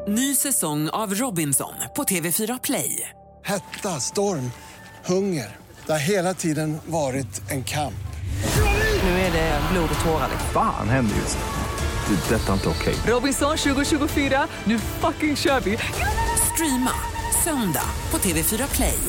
Ny säsong av Robinson på TV4 Play. Hetta, storm, hunger. Det har hela tiden varit en kamp. Nu är det blod och tårar. Fan händer just nu. Det. Detta är inte okej. Robinson 2024, nu fucking kör vi. Streama söndag på TV4 Play.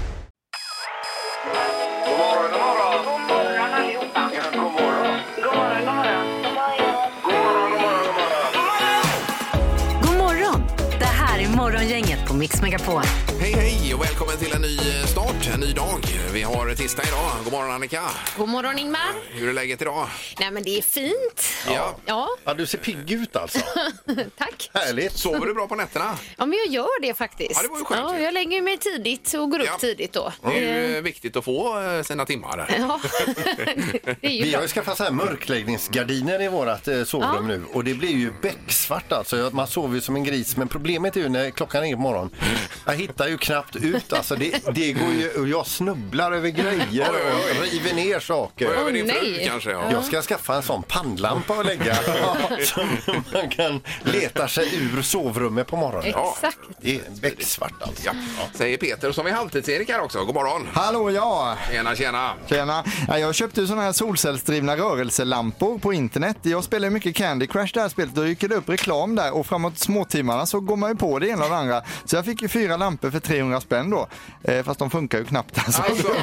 Morgongänget på Mix Megapol. Hej, hej och välkommen till en ny start, en ny dag. Vi har tisdag idag. God morgon Annika. God morgon Ingmar. Hur är läget idag? Nej men det är fint. Ja. Ja, du ser pigg ut alltså. Tack. Härligt. Sover du bra på nätterna? Ja men jag gör det faktiskt. Ja, det var ju skönt. Ja, jag lägger mig tidigt och går upp tidigt då. Det är ju viktigt att få sina timmar. Ja, det är ju Vi bra. har ju skaffat så här mörkläggningsgardiner i vårat sovrum nu. Och det blir ju becksvart alltså. Man sover ju som en gris. Men problemet är ju när klockan är på morgon. Jag hittar ju knappt ut. Alltså det går ju, och jag snubblar över grejer och river ner saker. Och över din fru nej. kanske, ja. Jag ska skaffa en sån pannlampa och lägga så man kan leta sig ur sovrummet på morgonen. Exakt. Det är becksvart alltså. Ja. Säger Peter. Och så har vi halvtids-Erik här också. God morgon. Hallå, ja. Tjena. Tjena. Ja, jag köpte såna här solcellsdrivna rörelselampor på internet. Jag spelar ju mycket Candy Crush det här spelet. Då gick det upp reklam där och framåt småtimmarna så går man ju på det ena och det andra. Så jag fick ju 4 lampor för 300 spänn då. Fast de funkar ju knappt alltså.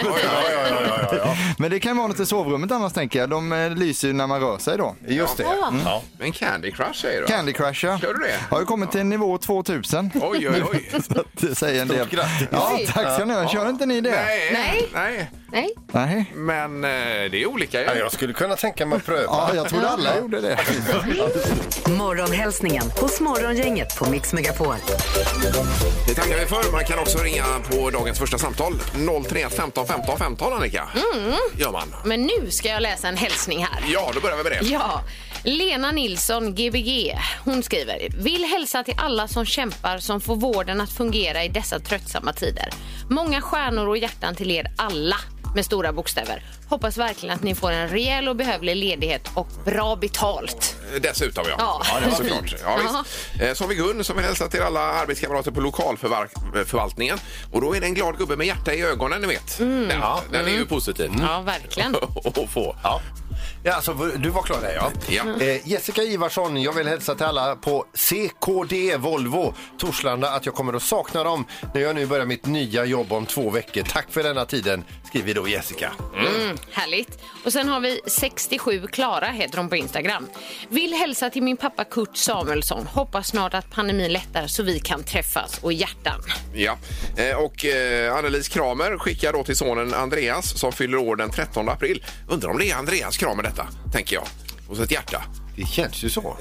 Ja. Men det kan vara något i sovrummet annars tänker jag. De lyser ju när man rör sig då. Just det. Ja. Men Candy Crush säger du? Candy Crush, ja. Kör du det? Har ju kommit till nivå 2000. Oj. Så det säger en del. Stort grattis. Ja, tack ska ni ha. Kör inte ni det? Nej. Nej. Men det är olika ju. Ja, jag skulle kunna tänka mig att pröva. Ja, jag trodde alla gjorde det. Morgonhälsningen hos Morgongänget på Mix Megapol. Det tackar vi för. Man kan också ringa på dagens första samtal. 031 15 15 15, Annika. Gör man. Men nu ska jag läsa en hälsning här. Ja, då börjar vi med det. Ja, Lena Nilsson, GBG, hon skriver: vill hälsa till alla som kämpar som får vården att fungera i dessa tröttsamma tider. Många stjärnor och hjärtan till er alla med stora bokstäver. Hoppas verkligen att ni får en rejäl och behövlig ledighet och bra betalt. Dessutom, ja. Ja, det var såklart. Ja, visst. Så har vi Gun som vill hälsa till alla arbetskamrater på lokalförvaltningen. Och då är det en glad gubbe med hjärta i ögonen, ni vet. Ja, den är ju positiv. Ja, verkligen. Att få. Ja, alltså, du var klar där, ja. Jessica Ivarsson, jag vill hälsa till alla på CKD Volvo Torslanda att jag kommer att sakna dem när jag nu börjar mitt nya jobb om 2 veckor. Tack för denna tiden, skriver då Jessica. Härligt. Och sen har vi 67 Klara, heter hon på Instagram. Vill hälsa till min pappa Kurt Samuelsson. Hoppas snart att pandemin lättar så vi kan träffas och hjärtan. Ja, och Annelies Kramer skickar då till sonen Andreas som fyller år den 13 april. Undrar om det är Andreas Kramer detta, tänker jag. Och så ett hjärta. Det känns ju så.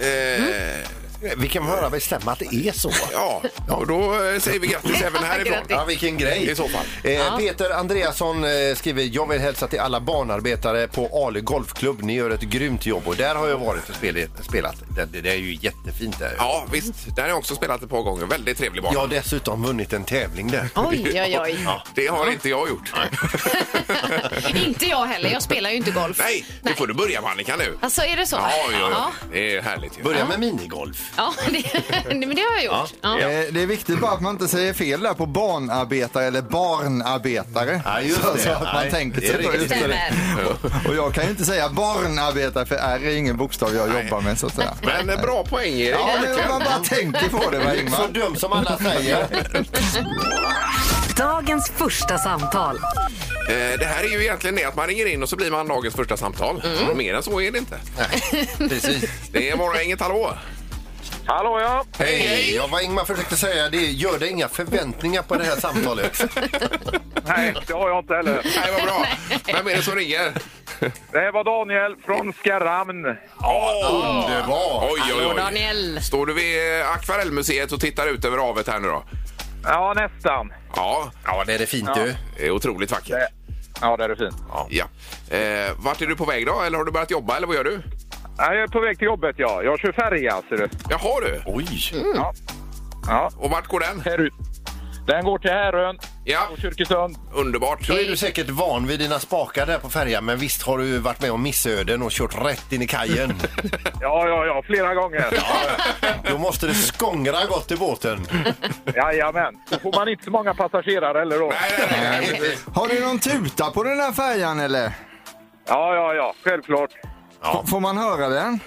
Vi kan höra bestämma att det är så. Ja, och då säger vi grattis även härifrån. Ja, vilken grej. I så fall. Peter Andreasson skriver: jag vill hälsa till alla barnarbetare på Ale Golfklubb. Ni gör ett grymt jobb. Och där har jag varit och spelat. Det är ju jättefint där. Ja, visst. Där har jag också spelat ett par gånger. Väldigt trevlig bana. Jag har dessutom vunnit en tävling där. Oj. Ja, det har inte jag gjort. Inte jag heller, jag spelar ju inte golf. Nej, det får du börja med, Annika, nu. Alltså, är det så? Ja. Det är härligt ju. Börja med minigolf. Ja, men det har jag gjort. Ja. Det är viktigt bara att man inte säger fel där på barnarbetare eller barnarbetare. Ja, just så, det. så att man tänker sig på just det. Och jag kan ju inte säga barnarbetare för R är ingen bokstav jag jobbar med så att säga. Men bra poäng, Erik. Ja, men man bara tänker på det, va, Ingmar? Så dum som alla säger. Dagens första samtal. Det här är ju egentligen det att man ringer in och så blir man dagens första samtal. Mer än så är det inte. Nej, precis. Det är Morgongänget, hallå. Hallå, ja. Hej. Ja, vad Ingmar försökte säga, det gör det inga förväntningar på det här samtalet. Nej, det har jag inte heller. Nej, vad bra. Vem är det som ringer? Det var Daniel från Skarramn. Underbart. Oj. Hallå, Daniel. Står du vid Akvarellmuseet och tittar ut över havet här nu då? Ja, nästan. Ja, det är det fint Ja. du. det är otroligt vackert. Ja, det är det fint. Ja. Vart är du på väg då? Eller har du börjat jobba eller vad gör du? Jag är på väg till jobbet, ja. Jag kör färja, ser du. Jaha du. Oj. Ja. Och vart går den? Här ut. Den går till Härön. Ja. Och Kyrkesund. Underbart. Då är du säkert van vid dina spakar där på färjan, men visst har du varit med om missöden och kört rätt in i kajen. Ja, flera gånger. Då måste det skångra gott i båten. Jajamän. Då får man inte så många passagerare eller då. Nej. Har du någon tuta på den här färjan eller? Ja, självklart. Får man höra den?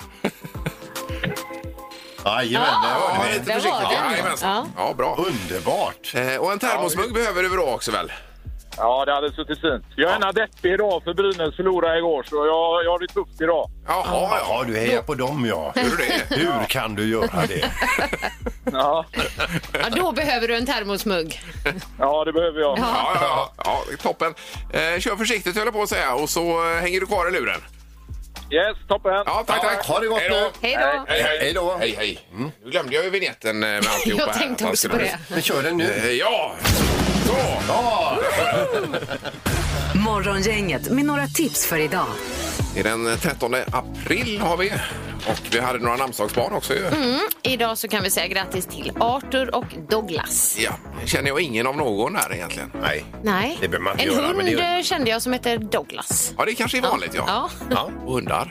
Jajamän, Ja, det lite försiktigt. Ja, bra. Underbart. Och en termosmugg behöver du väl också väl? Ja, det hade suttit fint. Jag är deppig idag för Brynäs förlorade igår, så jag har det tufft idag. Ja, du hejar på dem, ja. Gör du det? Hur kan du göra det? Ja, Då behöver du en termosmugg. ja det behöver jag. Ja, toppen. Kör försiktigt höll jag på att säga och så hänger du kvar i luren. Yes, toppen. Ja, tack. Ha det gott nu. Hej då. Hej då. Hej. Nu glömde jag ju vignetten med alltihopa. Jag tänkte också på det. Vi kör den nu. Ja! Så! Morgongänget med några tips för idag. Det är den 13 april har vi. Och vi hade några namnsdagsbarn också ju. Idag så kan vi säga grattis till Arthur och Douglas. Ja, känner jag ingen av någon där egentligen. Nej, Det behöver man inte en göra, hund men det kände jag som heter Douglas. Ja, det kanske är vanligt Ja. Och hundar.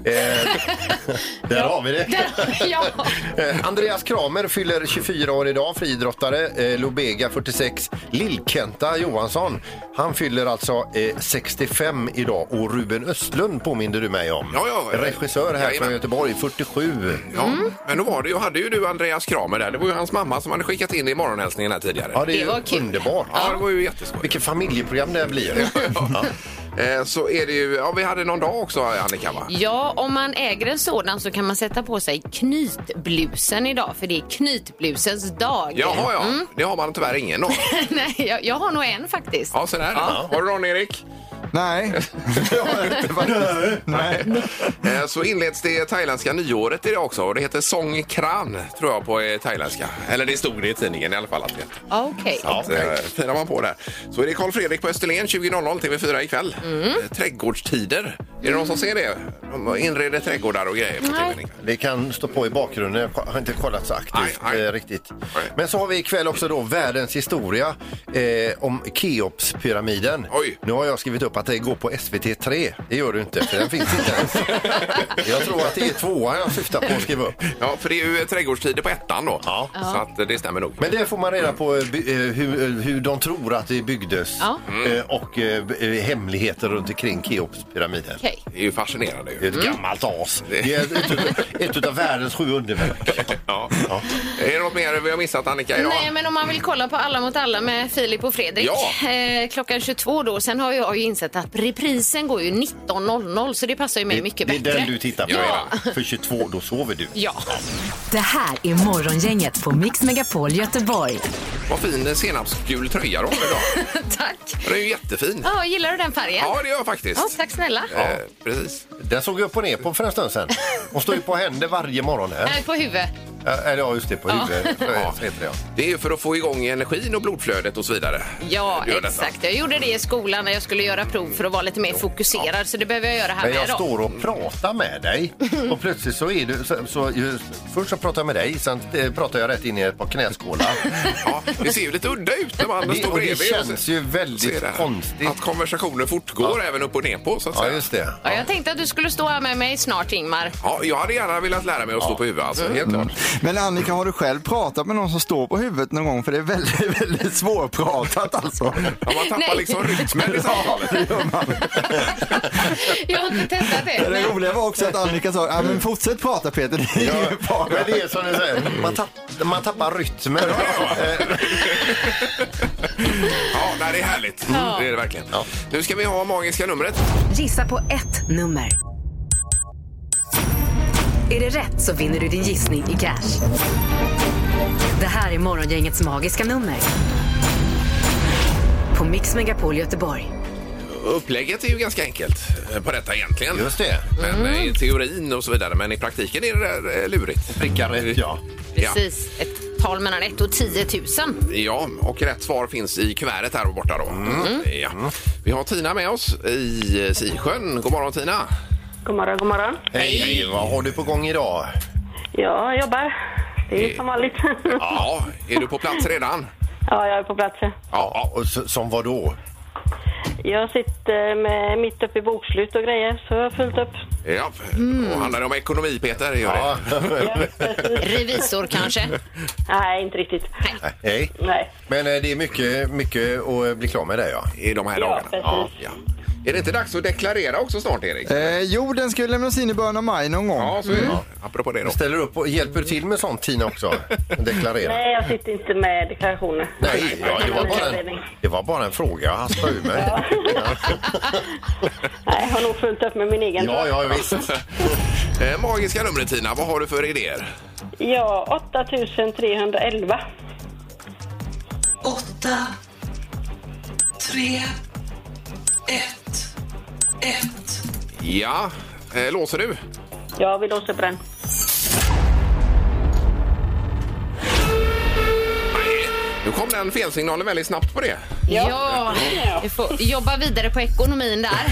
Där har vi det. Ja. Andreas Kramer fyller 24 år idag, friidrottare. Lobega 46. Lill-Kenta Johansson, han fyller alltså 65 idag. Och Ruben Östlund påminner du mig om. Ja. Regissör här från Göteborg, 47. Ja, men då var det ju, hade ju du Andreas Kramer där. Det var ju hans mamma som hade skickat in i morgonhälsningen här tidigare. Ja, det är var kul. underbart. Ja, det var ju jätteskoj. Vilket familjeprogram det blir. Så är det ju, vi hade någon dag också, Annika, va? Ja, om man äger en sådan så kan man sätta på sig knytblusen idag, för det är knytblusens dag. Jaha, det har man tyvärr ingen då. Nej, jag har nog en faktiskt. Ja, så där. Har du någon, Erik? Nej. Nej. Så inleds det thailändska nyåret idag också. Och det heter Song Kran, tror jag, på thailändska. Eller det stod det i tidningen i alla fall. Okej. Firar man på där. Så är det Carl Fredrik på Österlen 20.00 TV4 ikväll. Trädgårdstider. Är det någon som ser det? De inreder trädgårdar och grejer på TV. Det kan stå på i bakgrunden. Jag har inte kollat så aktivt riktigt. Men så har vi ikväll också då världens historia om Keopspyramiden. Oj. Nu har jag skrivit upp att det går på SVT3. Det gör du inte, för den finns inte ens. Jag tror att det är 2 jag syftar på att skriva upp. Ja, för det är ju trädgårdstider på 1:an då. Ja. Så att det stämmer nog. Men det får man reda på hur de tror att det byggdes och hemligheter runt omkring Keopspyramiden. Okay. Det är ju fascinerande. Det är ett gammalt as. Det är ett av världens 7 underverk. Ja. Är det något mer vi har missat, Annika, idag? Nej, men om man vill kolla på Alla mot alla med Filip och Fredrik klockan 22 då. Sen har jag ju insett att reprisen går ju 19.00, så det passar ju mig mycket bättre. Det är den du tittar på. Ja. För 22, då sover du. Ja. Det här är Morgongänget på Mix Megapol Göteborg. Vad fin senapsgul tröja då idag. Tack. Den är ju jättefin. Ja, gillar du den färgen? Ja, det gör jag faktiskt. Ja, tack snälla. Precis. Den såg jag upp och ner på för en stund sedan. Hon står ju på händer varje morgon här. På huvudet. Ja, just det, på huvudet. Så heter det, Det är ju för att få igång energin och blodflödet och så vidare. Ja, Gör exakt. Jag gjorde det i skolan när jag skulle göra prov för att vara lite mer fokuserad. Så det behöver jag göra här Men med jag då. står och pratar med dig och plötsligt så är du först så pratar jag med dig, sen pratar jag rätt in i ett par knäskålar. Ja, det ser ju lite udda ut när man står bredvid. Det känns ju väldigt konstigt. Att konversationen fortgår även upp och ner på, så att säga. Ja, just det. Ja, jag tänkte att du skulle stå här med mig snart, Ingmar. Ja, jag hade gärna velat lära mig att stå på huvudet, alltså, helt klart. Men Annika, har du själb pratat med någon som står på huvudet någon gång? För det är väldigt, väldigt svårpratat alltså. Ja, man tappar Nej. liksom rytmen i samtalet. Det gör man. Jag har inte testat det. Det roliga var också att Annika sa, men fortsätt prata Peter, det är ingen fara. Men det är som du säger, man tappar rytmen. Ja, det är härligt. Det är det verkligen. Ja. Nu ska vi ha magiska numret. Gissa på ett nummer. Är det rätt så vinner du din gissning i cash. Det här är Morgongängets magiska nummer. På Mix Megapol Göteborg. Upplägget är ju ganska enkelt på detta egentligen. Just det. Men i teorin och så vidare. Men i praktiken är det där lurigt. Prickar rätt, ja. Precis. Ett tal mellan 1 och 10 000. Ja, och rätt svar finns i kuvertet här och borta då. Ja. Vi har Tina med oss i Sisjön. God morgon, Tina. God morgon, god morgon. Hej, vad har du på gång idag? Ja, jag jobbar. Det är som vanligt. Ja, är du på plats redan? Ja, jag är på plats. Ja, och som vad då? Jag sitter mitt uppe i bokslut och grejer, så jag har fullt upp. Ja, och handlar det om ekonomi, Peter? Gör Ja. Revisor kanske? Nej, inte riktigt. Nej. Nej. Men det är mycket att bli klar med det, ja. I de här dagarna. Precis. Ja. Är det inte dags att deklarera också snart, Erik? Jo, den ska lämnas in i början av maj någon gång. Ja, så är det. Apropå det då. Ställer upp och hjälper till med sånt, Tina, också? Deklarera. Nej, jag sitter inte med deklarationer. Nej, det var bara en fråga. Jag haspade ur mig. Nej, jag har nog fullt upp med min egen. Ja, visst. Magiska numret, Tina. Vad har du för idéer? Ja, 8311. 8, 3, 1, 1. Ja, låser du? Ja, vi låser på den. Nu kom den felsignalen väldigt snabbt på det. Ja, du får jobba vidare på ekonomin där.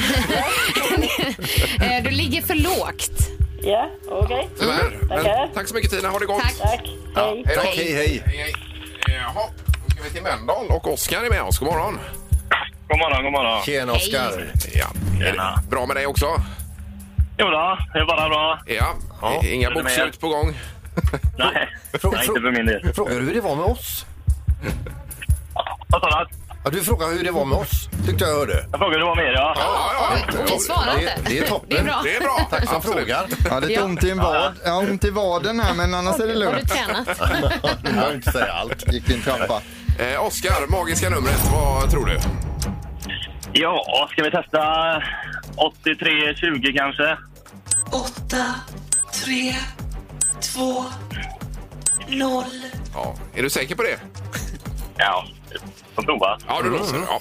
Du ligger för lågt. Ja, okej. Men, tack så mycket, Tina. Ha det gott. Tack. Hej. Hej då. Hej. Jaha, då ska vi till Mölndal och Oskar är med oss. God morgon. God morgon. Tjena, Oskar. Ja. Är det bra med dig också? Jo då, det är bara bra. Ja. Inga bokslut på gång. Nej, inte för min del. Frågar du hur det var med oss? Vad sa du? Ja, du frågar hur det var med oss. Tyckte jag hörde. Jag frågade hur det var med er, ja. Du svarar inte. Det är toppen. Det är bra. Det är bra. Tack som Absolut. frågar. Ja, det är ont i en vad. Ja, ont i vaden här, men annars är det Har du lugnt. tränat? Du behöver inte säga allt. Gick din trappa. Oskar, magiska numret. Vad tror du? Ja, ska vi testa 8320 kanske? 8, 3, 2, 0. Ja. Är du säker på det? Ja, får prova. Ja, du låser. Ja.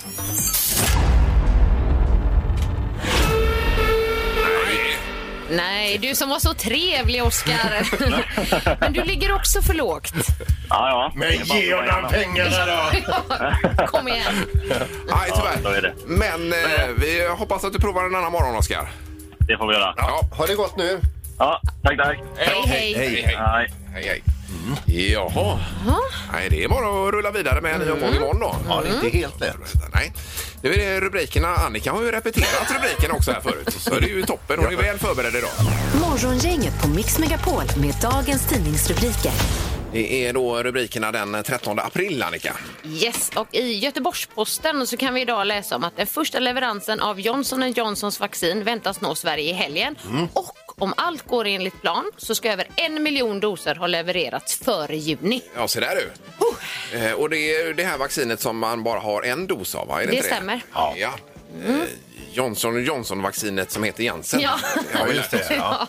Nej, du som var så trevlig, Oskar. Men du ligger också för lågt. Ja. Men ge honom pengarna då! Kom igen. Nej, tyvärr. så är det. Men vi hoppas att du provar en annan morgon, Oskar. Det får vi göra. Ja. Har det gått nu? Ja, tack. Hej. Hej. Jaha. Nej, det är bara att rulla vidare med en ny omgång imorgon då. Ja, det är inte helt lätt. Nej. Nu är det rubrikerna. Annika har ju repeterat rubriken också här förut. Så det är ju toppen. Hon är väl förberedd idag. Morgongänget på Mix Megapol med dagens tidningsrubriker. Det är då rubrikerna den 13 april, Annika. Yes, och i Göteborgs-Posten så kan vi idag läsa om att den första leveransen av Johnson & Johnsons vaccin väntas nå Sverige i helgen. Och om allt går enligt plan så ska över 1 miljon doser ha levererats före juni. Ja, så där du. Och det är det här vaccinet som man bara har en dos av, va? Är det Det inte stämmer. Ja. Johnson & Johnson-vaccinet som heter Janssen. Ja. Ja, just det. Ja.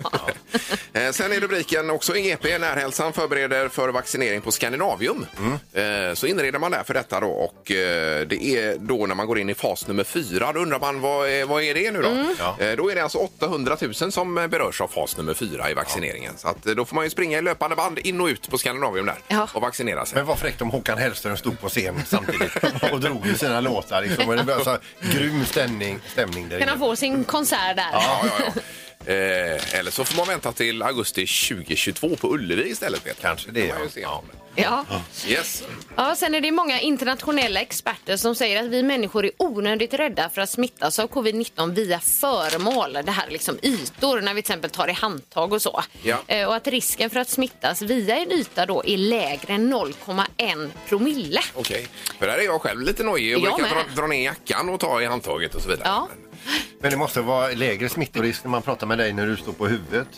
Sen är rubriken också i GP. Närhälsan förbereder för vaccinering på Skandinavium. Så inreder man där för detta då. Och det är då när man går in i fas nummer 4. Då undrar man, vad är det nu då? Då är det alltså 800 000 som berörs av fas nummer 4 i vaccineringen. Så att, då får man ju springa i löpande band in och ut på Skandinavium där och vaccinera sig. Men vad fräckt om Håkan Hellström stod på scen samtidigt och drog i sina låtar. Liksom. Och det blev så grym stämning där. Kan han få sin konsert där? Ja. Eller så får man vänta till augusti 2022 på Ullevi istället. Kanske det. Ja. Yes. Ja, sen är det många internationella experter som säger att vi människor är onödigt rädda för att smittas av covid-19 via föremål. Det här är liksom ytor när vi till exempel tar i handtag och så. Och att risken för att smittas via en yta då är lägre än 0,1 promille. Okej. För där är jag själv lite nojig. Jag brukar dra ner jackan och ta i handtaget och så vidare. Ja. Men det måste vara lägre smittorisk när man pratar med dig när du står på huvudet.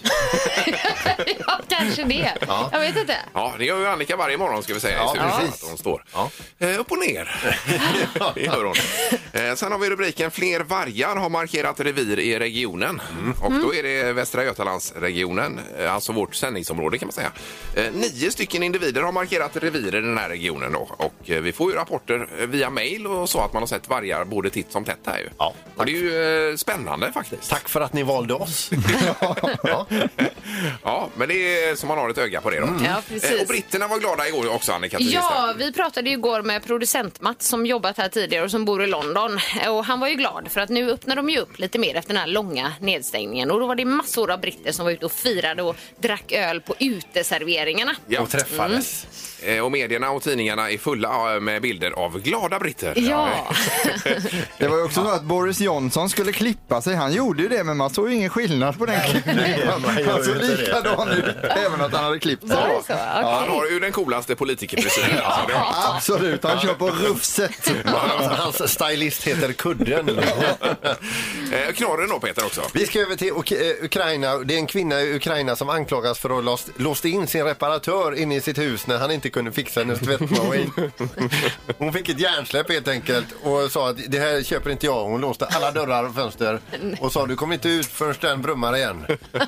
Ja, kanske det. Ja. Jag vet inte. Ja, det gör ju Annika varje morgon ska vi säga. Ja, precis. Hon står upp och ner. Det gör hon. Sen har vi rubriken Fler vargar har markerat revir i regionen. Och då är det Västra Götalandsregionen, alltså vårt sändningsområde kan man säga. 9 stycken individer har markerat revir i den här regionen då. Och vi får ju rapporter via mail och så att man har sett vargar både titt som tätt här ju. Ja, och det är ju spännande faktiskt. Tack för att ni valde oss. Ja, men det är som man har ett öga på det då. Ja, precis. Och britterna var glada igår också, Annika. Ja, vi pratade ju igår med producent Mats som jobbat här tidigare och som bor i London. Och han var ju glad för att nu öppnar de ju upp lite mer efter den här långa nedstängningen. Och då var det massor av britter som var ute och firade och drack öl på uteserveringarna. Ja. Och träffades. Och medierna och tidningarna är fulla med bilder av glada britter. Ja. Det var ju också så att Boris Johnson skulle klippa sig. Han gjorde ju det, men man såg ju ingen skillnad på den klippningen. Han såg likadan ut, även att han hade klippt sig. Var det så? Okay. Han har ju den coolaste politikerfrisyren. Absolut, han kör på rufset. Hans stylist heter Kudden. Knorren då, Peter, också. Vi ska över till Ukraina. Det är en kvinna i Ukraina som anklagas för att ha låst in sin reparatör inne i sitt hus när han inte kunde fixa hennes tvättmaskin. Hon fick ett hjärnsläpp helt enkelt och sa att det här köper inte jag. Hon låste alla dörrar och fönster och sa du kommer inte ut förrän den brummar igen.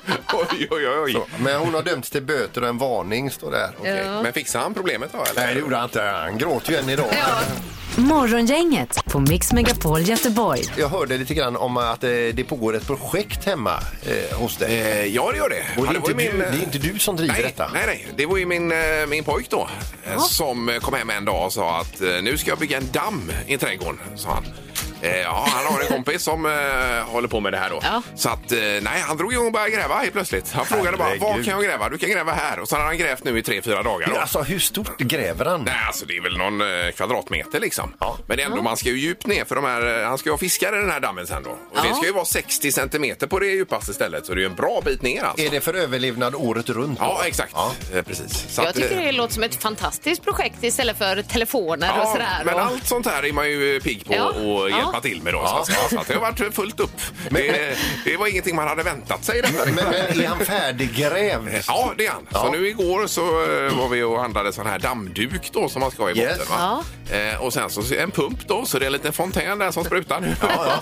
Oj. Så, men hon har dömts till böter och en varning står där. Okay. Men fixade han problemet då? Eller? Nej, det gjorde han inte. Han gråter ju än idag. Ja. Morgongänget på Mix Megapol Göteborg. Jag hörde lite grann om att det pågår ett projekt hemma hos dig. Ja, det gör det. Och Ja, det är inte du som driver detta. Nej. Det var ju min pojk då som kom hem en dag och sa att nu ska jag bygga en damm i trädgården, sa han. Ja, han har en kompis som håller på med det här då. Ja. Så att, han drog igång och började gräva helt plötsligt. Han frågade bara, var kan jag gräva? Du kan gräva här. Och så har han grävt nu i 3-4 dagar då. Alltså, hur stort gräver han? Nej, alltså det är väl någon kvadratmeter liksom. Ja. Men det är ändå, man ska ju djupt ner för de här, han ska ju ha fiskar i den här dammen sen då. Och det ska ju vara 60 centimeter på det djupaste stället. Så det är ju en bra bit ner alltså. Är det för överlevnad året runt då? Ja, exakt. Ja. Precis. Så Jag tycker det låter som ett fantastiskt projekt istället för telefoner och sådär. Men allt sånt här är man ju pigg på att hjälpa till med då. Ja. Så att det har varit fullt upp. Det var ingenting man hade väntat sig. Men är han färdiggrävd? Ja, det är han. Så nu igår så var vi och handlade sån här dammduk då som man ska ha i botten. Va? Och sen så en pump då, så det är en liten fontän där som sprutar nu.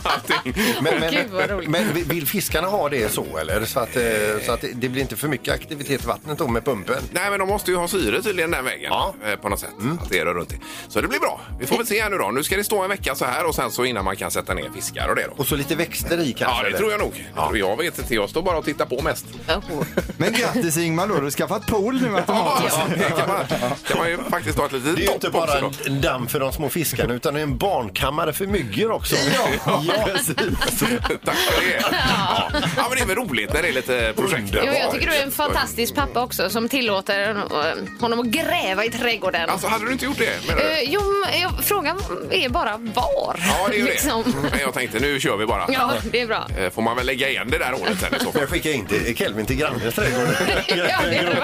Men vill fiskarna ha det så eller? Så att det blir inte för mycket aktivitet i vattnet då med pumpen? Nej, men de måste ju ha syre tydligen den vägen på något sätt. Att det är runt det. Så det blir bra. Vi får väl se här nu då. Nu ska det stå en vecka så här och sen så innan man kan sätta ner fiskar och det då. Och så lite växter i kanske? Ja, det tror jag nog. Ja. Jag vet inte, jag står bara och tittar på mest. Men grattis Ingmar då, du har skaffat pool nu automatiskt. Kan man ju faktiskt ha ett litet det är ju inte bara en damm för de små fiskarna utan en barnkammare för myggor också. Ja, precis. Tack för det. Ja, men det är väl roligt när det är lite projekt. Jo, jag tycker du är en fantastisk pappa också som tillåter honom att gräva i trädgården. Alltså, hade du inte gjort det? Jo, frågan är bara var. Ja, det är ju liksom. det. Men jag tänkte, nu kör vi bara. Ja, det är bra. Får man väl lägga igen det där året sen i så fall. Jag skickar inte Kelvin till grannens trädgård. Ja,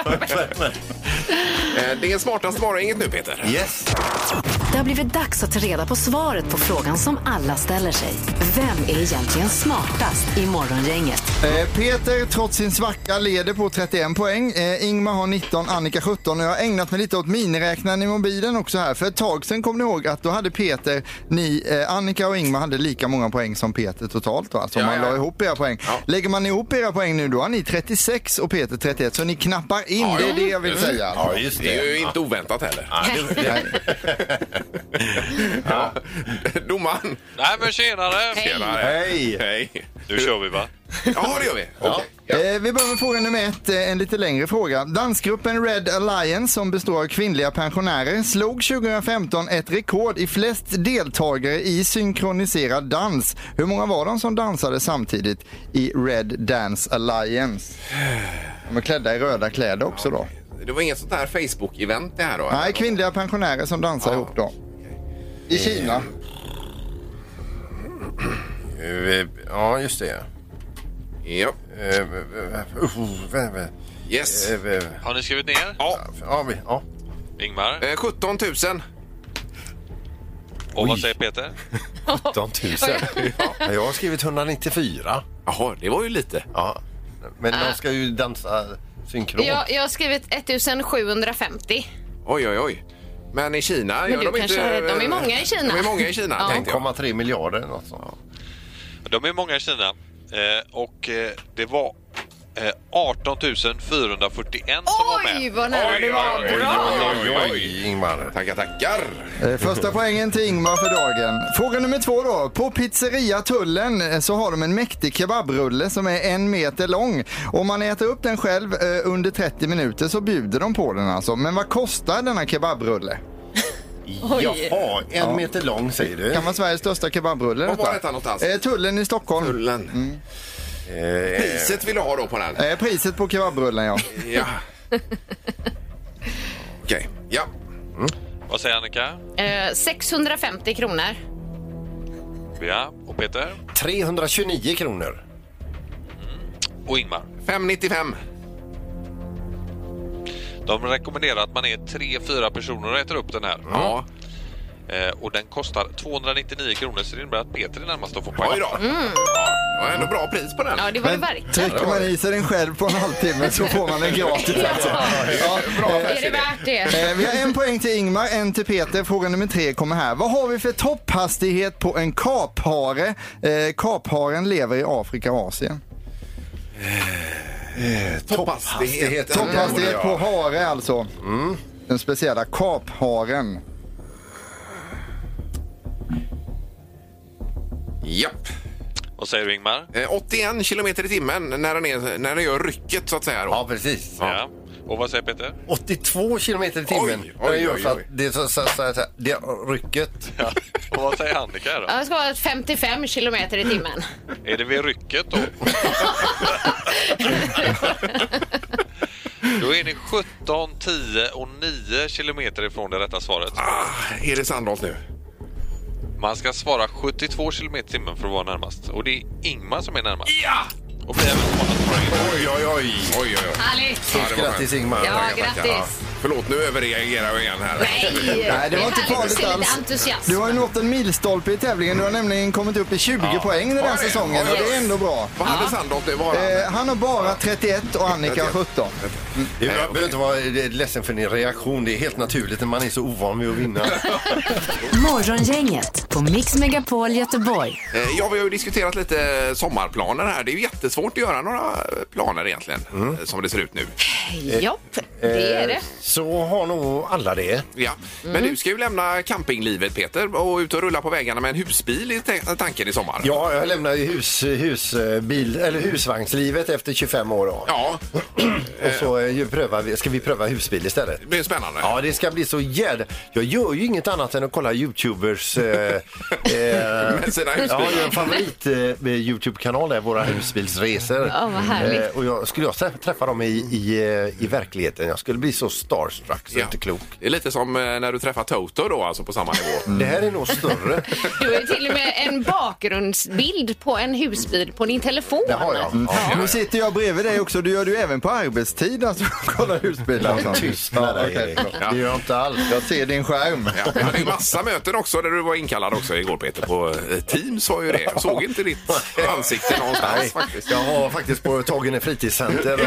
det är smartast bara inget nu, Peter. Yes. Det har blivit dags att ta reda på svaret på frågan som alla ställer sig. Vem är egentligen smartast i Morgongänget? Peter, trots sin svacka, leder på 31 poäng. Ingmar har 19, Annika 17. Jag har ägnat mig lite åt miniräknaren i mobilen också här. För ett tag sedan kom ni ihåg att då hade Peter, Annika och Ingmar hade lika många poäng som Peter totalt då. Alltså man la ihop era poäng. Ja. Lägger man ihop era poäng nu då har ni 36 och Peter 31. Så ni knappar in, det är det jag vill säga. Ja, just det. Det är ju inte oväntat heller. Ja. Domaren. Nej, men tjenare. Hej. Nu kör vi, va? Ja, det gör vi. Okay. Vi börjar med fråga nummer 1, en lite längre fråga. Dansgruppen Red Alliance, som består av kvinnliga pensionärer, slog 2015 ett rekord i flest deltagare i synkroniserad dans. Hur många var de som dansade samtidigt i Red Dance Alliance? De är klädda i röda kläder också då. Det var inget sånt här Facebook-event det här då? Nej, kvinnliga pensionärer som dansar ihop då. I Kina. Ja, just det. Ja. Yes. Har ni skrivit ner? Ja. Ingmar? 17 000. Och vad säger Peter? 17 000. Jag har skrivit 194. Jaha, det var ju lite. Ja. Men de ska ju dansa synkron. Jag har skrivit 1750. Oj. Men i Kina... Men de är många i Kina. De är många i Kina, tänkte jag. 1,3 miljarder eller något sånt. De är många i Kina. Och det var 18 441 som var med. Oj, vad nära det var. Bra! Oj, Ingmar. Tackar. Första poängen till Ingmar för dagen. Fråga nummer 2 då. På pizzeria Tullen så har de en mäktig kebabrulle som är 1 meter lång. Om man äter upp den själv under 30 minuter så bjuder de på den alltså. Men vad kostar denna kebabrulle? Jaha, 1 meter lång säger du. Kan vara Sveriges största kebabrulle. Vad var detta någonstans? Tullen i Stockholm. Tullen. Priset vill du ha då på den? Priset på kebabrullen, ja. Ja. Okej, ja. Vad säger Annika? 650 kronor. Ja, och Peter? 329 kronor. Och Ingmar? 595. De rekommenderar att man är 3-4 personer och äter upp den här. Ja. Och den kostar 299 kronor, så det innebär att Peter är närmast att få poäng. Oj då. Ja, det var ändå bra pris på den. Ja, det var ju verkligen. Trycker man i sig den själv på en halvtimme så får man den gratis. Alltså. Är det värt det? Vi har 1 poäng till Ingmar, 1 till Peter. Fråga nummer 3 kommer här. Vad har vi för topphastighet på en kaphare? Kapharen lever i Afrika och Asien. Topphastighet. Topphastighet på hare alltså. Den speciella kapharen. Japp. Vad säger du, Ingmar? 81 kilometer i timmen när den gör rycket så att säga. Då. Ja, precis. Ja. Och vad säger Peter? 82 kilometer i timmen. Oj. Det är det rycket. Ja. Och vad säger Annika då? Ja, det ska vara 55 kilometer i timmen. Är det vid rycket då? Då är ni 17, 10 och 9 kilometer ifrån det rätta svaret. Är det Sandholt nu? Man ska svara 72 kilometer i timmen för att vara närmast. Och det är Ingmar som är närmast. Ja! Och blir även Oj. Härligt. Stort grattis Ingmar. Ja, grattis. Förlåt, nu överreagerar jag igen här. Nej, det var inte farligt alls. Du har ju nått en milstolpe i tävlingen. Du har nämligen kommit upp i 20 poäng den här säsongen. Och det är ändå bra. Vad hade Sandholt det var? Han har bara 31 och Annika har 17. Du behöver inte vara ledsen för din reaktion. Det är helt naturligt när man är så ovan vid att vinna. Morgongänget på Mix Megapol Göteborg. Ja, vi har ju diskuterat lite sommarplaner här. Det är ju jättesvårt att göra några planer egentligen, som det ser ut nu. Ja, det är det. Så har nog alla det. Ja, men du ska ju lämna campinglivet, Peter, och ut och rulla på vägarna med en husbil i tanken i sommar. Ja, jag lämnar ju husvagnslivet efter 25 år då. Ja. Och så ska vi pröva husbil istället. Det blir spännande. Ja, det ska bli så jävla... Jag gör ju inget annat än att kolla YouTubers... med sina husbilar. Ja, jag har en favorit YouTube-kanal där, våra husbilsresor. Ja, vad härligt. Och skulle jag träffa dem i verkligheten, jag skulle bli så starstruck, så inte klok. Det är lite som när du träffar Toto då, alltså på samma nivå. Det här är nog större. Du har ju till och med en bakgrundsbild på en husbil på din telefon. Det har jag. Nu sitter jag bredvid dig också. Du gör det ju även på arbetstid, alltså. Kolla husbilar. Tyst med dig, Erik. Det gör jag inte alls. Jag ser din skärm. Ja, vi hade ju massa möten också där du var inkallad också igår, Peter, på Teams var ju det. Jag såg inte ditt ansikte någonstans faktiskt. Jag var faktiskt på Tagene fritidscenter.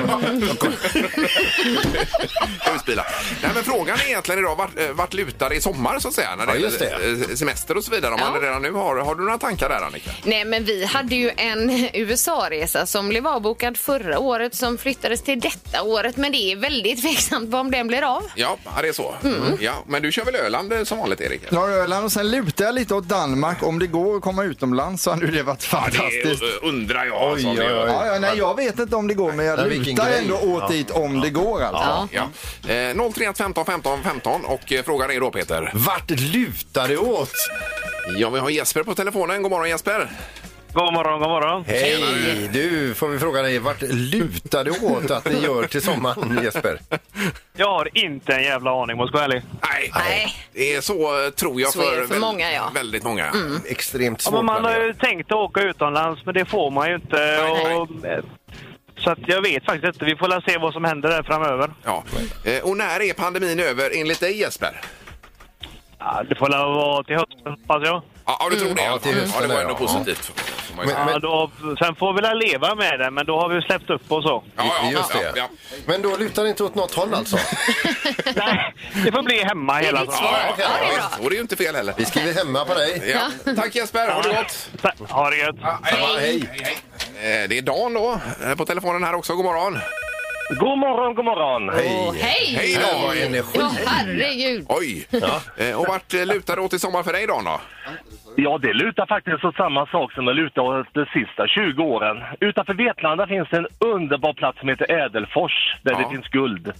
Husbilar. Nej, men frågan är egentligen idag, vart lutar det i sommar så att säga, när det är semester och så vidare, om man redan nu har du några tankar där, Annika? Nej, men vi hade ju en USA-resa som blev avbokad förra året som flyttades till detta året, men det är väldigt tveksamt om den blir av. Ja, det är så. Ja, men du kör väl Öland som vanligt, Erik? Ja, Öland, och sen lutar jag lite åt Danmark. Om det går att komma utomlands så hade det varit fantastiskt. Det undrar jag. Oj. Nej, jag vet inte om det går, men jag lutar ändå åt dit om det går alltså. Ja. 031 15 15 15 och frågan är då, Peter. Vart lutar det åt? Ja, vi har Jesper på telefonen. God morgon, Jesper. God morgon. Hej, du, får vi fråga dig, vart lutar det åt att ni gör till sommaren, Jesper? Jag har inte en jävla aning, måste jag vara ärlig. Nej. Det är så, tror jag, Så är det för många, ja. Väldigt många. Extremt svårt. Ja, man har ju tänkt att åka utomlands, men det får man ju inte. Så att jag vet faktiskt inte. Vi får se vad som händer där framöver. Ja. Och när är pandemin över enligt dig, Jesper? Ja, det får vara till hösten, hoppas jag. Ja, du tror det? Ja, till hösten, det var ändå positivt. Sen får vi leva med det, men då har vi släppt upp och så. Just det. Ja. Men då lutar det inte åt något håll alltså? Nej, det får bli hemma hela tiden. Och det är ju inte fel heller. Vi skriver hemma på dig. Ja. Tack Jesper, ha det gott. Ha det gött. Hej. Det är Dan då på telefonen här också. God morgon. God morgon, god morgon. Hej! Hej Dan. Energi. Ja, herregud. Oj. Och vart lutar det åt i sommar för dig Dan då? Ja, det lutar faktiskt åt samma sak som det lutar åt de sista 20 åren. Utanför Vetlanda finns en underbar plats som heter Ädelfors, där det finns guld.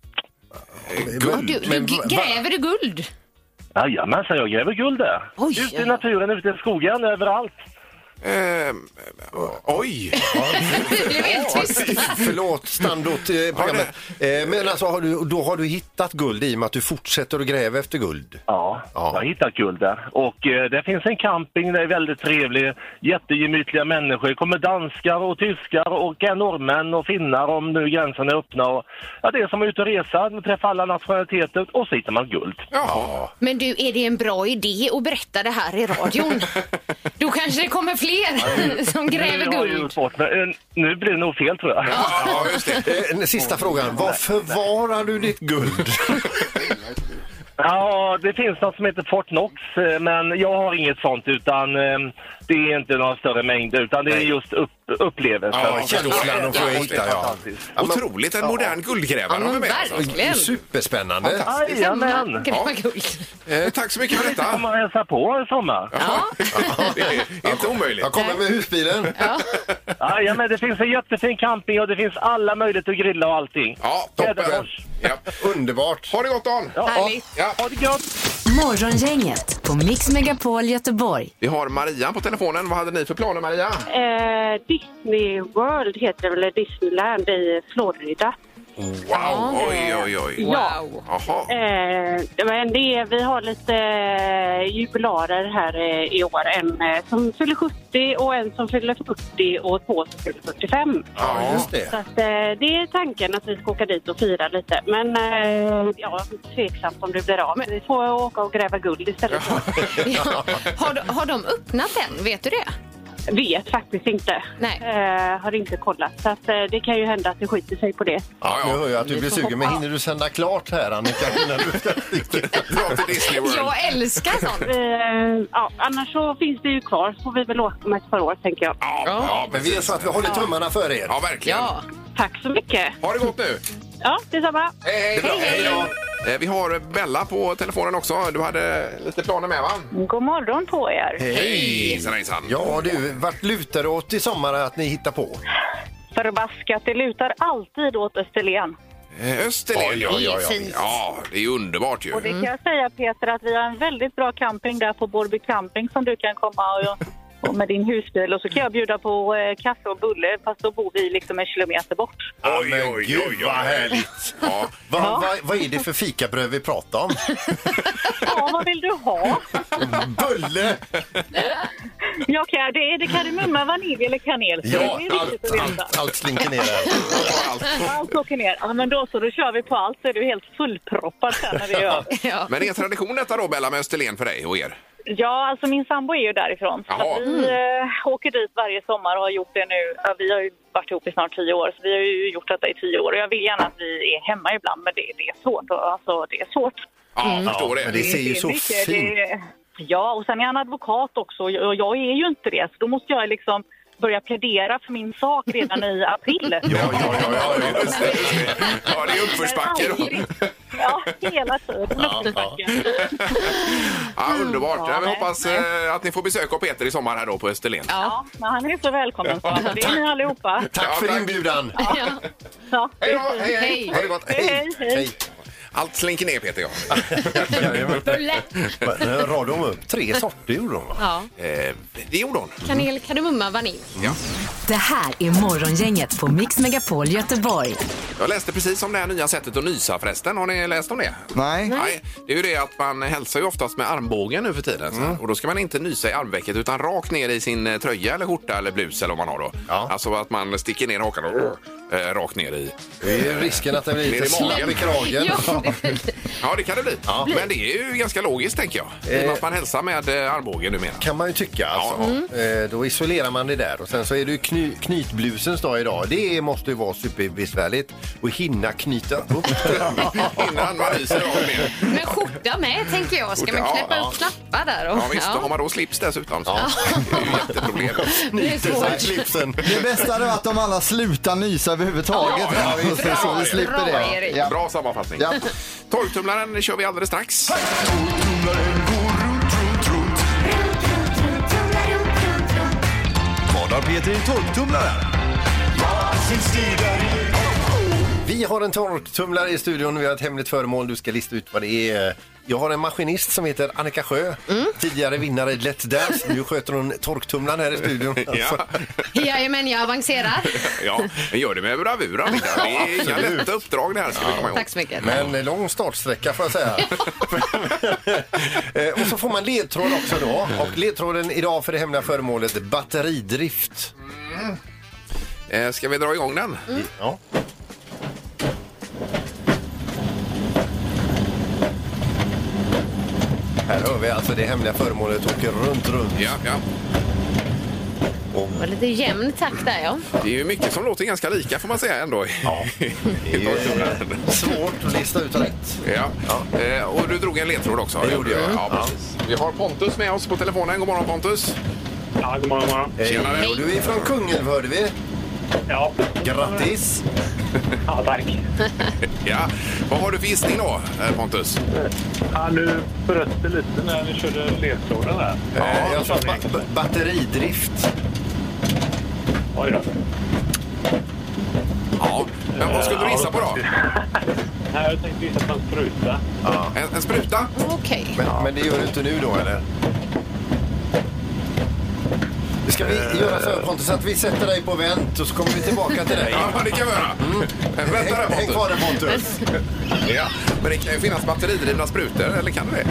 Gräver du guld? Jajamensan, jag gräver guld där. Ute i naturen, ute i skogen, överallt. Oj! Det blev helt tyst. Förlåt, standort programmet. Men alltså, har du hittat guld i och med att du fortsätter att gräva efter guld? Ja, jag har hittat guld där. Och det finns en camping, det är väldigt trevlig. Jättegemytliga människor. Det kommer danskar och tyskar och norrmän och finnar om nu gränsen är öppna. Och, det är som att ut och resa, träffa alla nationaliteter och så hittar man guld. Jaha. Men du, är det en bra idé att berätta det här i radion? Då kanske det kommer fler som gräver guld. Nu blir det nog fel, tror jag. Ja, just det. Sista frågan. Var förvarar du ditt guld? Ja, det finns något som heter Fort Knox, men jag har inget sånt, utan det är inte några större mängder, utan det är just upplevelser. Ja, känslan de får hitta, Otroligt, en modern guldgrävare har vi med oss. Verkligen. Superspännande. Jajamän. Gräva guld. Tack så mycket för detta. Kan man hälsa på i sommar? Det är inte omöjligt. Jag kommer med husbilen. Ja, men det finns en jättefin camping och det finns alla möjligheter att grilla och allting. Ja, toppen. Ja. Underbart. Ha det gott, Dan. Härligt. Ja. Ha det gott. Morgongänget på Mix Megapol Göteborg. Vi har Maria på telefonen. Vad hade ni för planer, Maria? Disney World heter det väl, Disneyland i Florida. Wow, oj. Ja. Jaha. Men vi har lite jubilarer här i år. En som fyller 70 och en som fyller 40 och två som fyller 45. Ja, just det. Så att, det är tanken att vi ska åka dit och fira lite. Men tveksamt om det blir av. Men vi får åka och gräva guld istället. Ja. Har de öppnat den? Vet du det? Vet faktiskt inte. Nej. Har inte kollat. Så att, det kan ju hända att det skiter sig på det. Ja, nu hör jag att du blir sugen. Men hinner du sända klart här, Annika? Innan du ska dra till Disney World. Jag älskar sånt. Annars så finns det ju kvar. Så får vi väl åka om ett par år, tänker jag. Ja, men vi är så att vi håller tummarna för er. Ja, verkligen. Ja. Tack så mycket. Ha det gott nu. Ja, detsamma. Hej då. Vi har Bella på telefonen också. Du hade lite planer med, va? God morgon på er. Hej! Hejsan. Ja, du, vart lutar det åt i sommar att ni hittar på? Förbaskat, det lutar alltid åt Österlen. Österlen, ja, det är ju underbart ju. Och det kan jag säga, Peter, att vi har en väldigt bra camping där på Borby camping som du kan komma och med din husbil. Och så kan jag bjuda på kaffe och bulle, fast då bor vi liksom 1 kilometer bort. Oj, vad härligt. Ja. Vad är det för fikabröd vi pratar om? Ja, vad vill du ha? Bulle! Ja, det är kardemumma, vanilj eller kanel. Så ja, det är allt slinker ner här. Allt åker ner. Ja, men då kör vi på allt, så är du helt fullproppad sen när vi gör. Ja. Men är tradition detta då, Bella, med Österlen för dig och er? Ja, alltså min sambo är ju därifrån. Så vi åker dit varje sommar och har gjort det nu. Ja, vi har ju varit ihop i snart 10 år, så vi har ju gjort detta i 10 år. Och jag vill gärna att vi är hemma ibland, men det är svårt. Alltså, det är svårt. Ja, jag förstår det. Men det ser ju så fint. Ja, och sen är han advokat också. Och jag är ju inte det, så då måste jag liksom börja plädera för min sak redan i april. Ja, just det. Ja, det är uppförsbacke då. Ja, hela tiden uppförsbacke. Ja, underbart. Jag hoppas att ni får besök av Peter i sommar här då på Österlen. Ja, men han är så välkommen. Så det är ni allihopa. Tack för inbjudan. Ja. Hej då. Hej. Ha det gott. Hej. Allt slinker ner, Peter, ja. Bulle. Radade de upp 3 sorter, gjorde de, va? Ja. Det gjorde hon. Kanel, kardemumma, vanilj. Ja. Det här är Morgongänget på Mix Megapol Göteborg. Jag läste precis om det här nya sättet att nysa förresten. Har ni läst om det? Nej. Nej. Det är ju det att man hälsar ju oftast med armbågen nu för tiden. Så. Och då ska man inte nysa i armvecket utan rakt ner i sin tröja eller skjorta eller blus eller vad man har då. Ja. Alltså att man sticker ner hakan och rakt ner i. Det är risken att det blir lite slapp i kragen. Ja, Ja, det kan det bli. Ja. Men det är ju ganska logiskt, tänker jag. Att man hälsar med armbågen numera. Kan man ju tycka. Alltså. Då isolerar man det där. Och sen så är det ju knytblusens dag idag. Det måste ju vara superbesvärligt. Och hinna knyta upp innan man ryser av ner. Men skjorta med, tänker jag. Ska man knäppa upp knappar där? Och, ja, visst. Har man då slips dessutom? Så. Det är ju jätteproblem. Det bästa är att de alla slutar nysa överhuvudtaget. Så vi slipper det. Ja. Bra sammanfattning. Ja. Torktumlaren kör vi alldeles strax. Vad har Peter i torktumlaren? Vi har en torktumlare i studion. Vi har ett hemligt föremål. Du ska lista ut vad det är. Jag har en maskinist som heter Annika Sjö. Tidigare vinnare i Let's Dance. Nu sköter hon torktumlaren här i studion. Jajamän, jag avancerar. Ja, men gör det med bravur, Annika. Det är inga lätta uppdrag det här, ska vi komma ihåg. Tack så mycket. Men lång startsträcka, får jag säga. Och så får man ledtråd också då. Och ledtråden idag för det hemliga föremålet batteridrift. Ska vi dra igång den? Ja. Här hör vi alltså det hemliga föremålet åker runt. Ja. Det var lite jämn takt där, ja. Det är ju mycket som låter ganska lika, får man säga ändå. Ja, det är svårt att lista ut rätt. Ja. Och du drog en ledtråd också. Det gjorde jag. Ja, precis. Vi har Pontus med oss på telefonen. God morgon, Pontus. Ja, god morgon. Tjenare. Hej. Du är från Kungälv, hörde vi. Ja. Grattis. Ja, tack. Ja. Vad har du för gissning då, Pontus? Ja, nu bröt det lite när ni körde ledtråden där. Jag sa batteridrift. Oj då. Ja, men vad skulle du gissa på då? Nej, jag tänkte gissa på en spruta. Ja. En spruta? Okej. Men det gör du inte nu då, eller? Ska vi göra så, Pontus, att vi sätter dig på vänt och så kommer vi tillbaka till dig? Ja, det kan vi göra. Vänta där, Pontus. Häng kvar där, Pontus. Ja, men det kan ju finnas batteridrivna sprutor, eller kan det?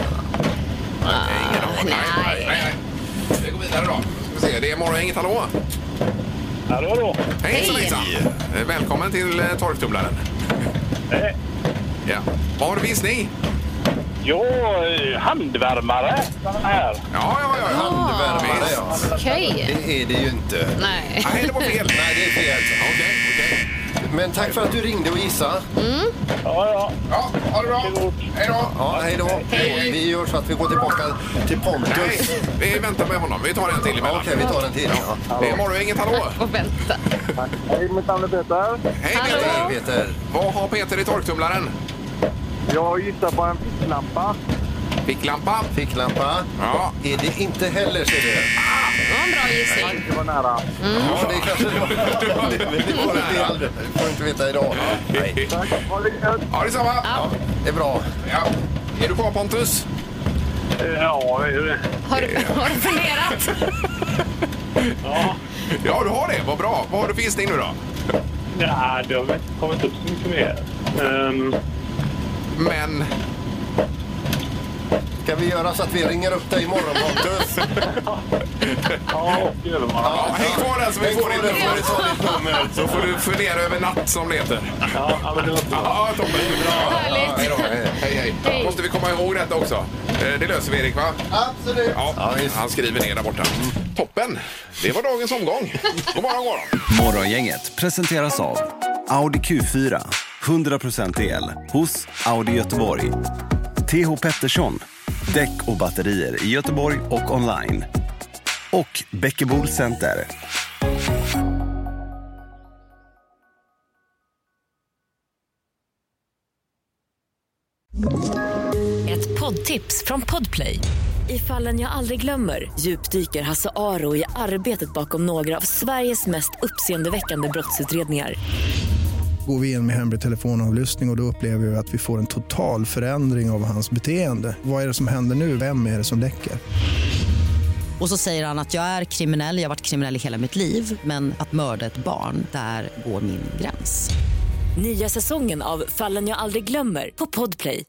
Nej. Vi går vidare då. Ska vi se, det är Morgongänget, hallå? Hallå. Hej. Välkommen till torktumlaren. Hej. Ja. Vad har du för gissning? Jo, handvärmare. Här. Ja. Handvärmare, ja. Okej. Det är det ju inte. Nej. Nej, det var fel. Nej, det är fel. Okej. Men tack för att du ringde och gissade. Ja. Ja, ha det bra. Hej då. Ja, hej då. Vi gör så att vi går tillbaka till Pontus. Nej, vi väntar med honom. Vi tar en till emellan. Okej, vi tar en till. Ja. Det är Morgongänget, hallå? Och vänta. Hej, mitt namn är Peter. Hej Peter. Vad har Peter i torktumlaren? Jag gissar på en ficklampa. Ficklampa? Ja. Är det inte heller, ser du? Det var en bra gissning. Det var nära. Ja, det kanske det var. Det får inte veta idag. Nej. Tack. Ha det gött. Ja, det är samma. Ja, det är bra. Ja. Är du kvar, Pontus? Ja, det är det. Har du funderat? Ja, du har det. Vad bra. Vad har du för gissning nu då? Ja, det har inte kommit upp så mycket mer. Men... Ska vi göra så att vi ringer upp dig imorgon, Pontus? Ja, det gör man. Ja, häng kvar där så vi får ditt nummer. Så får du fundera över natt, som det heter. Ja, men det låter bra. Ja, toppen. Härligt. Hej då. Hej. Måste vi komma ihåg detta också? Det löser vi, Erik, va? Absolut. Ja, han skriver ner där borta. Toppen. Det var dagens omgång. God morgon. Morgongänget presenteras av Audi Q4. 100% el hos Audi Göteborg. TH Pettersson. Däck och batterier i Göteborg och online. Och Bäckebol Center. Ett poddtips från Podplay. I Fallen jag aldrig glömmer djupdyker Hasse Aro i arbetet bakom några av Sveriges mest uppseendeväckande brottsutredningar. Går vi in med hemlig telefonavlyssning och då upplever vi att vi får en total förändring av hans beteende. Vad är det som händer nu? Vem är det som läcker? Och så säger han att jag är kriminell, jag har varit kriminell i hela mitt liv. Men att mörda ett barn, där går min gräns. Nya säsongen av Fallen jag aldrig glömmer på Podplay.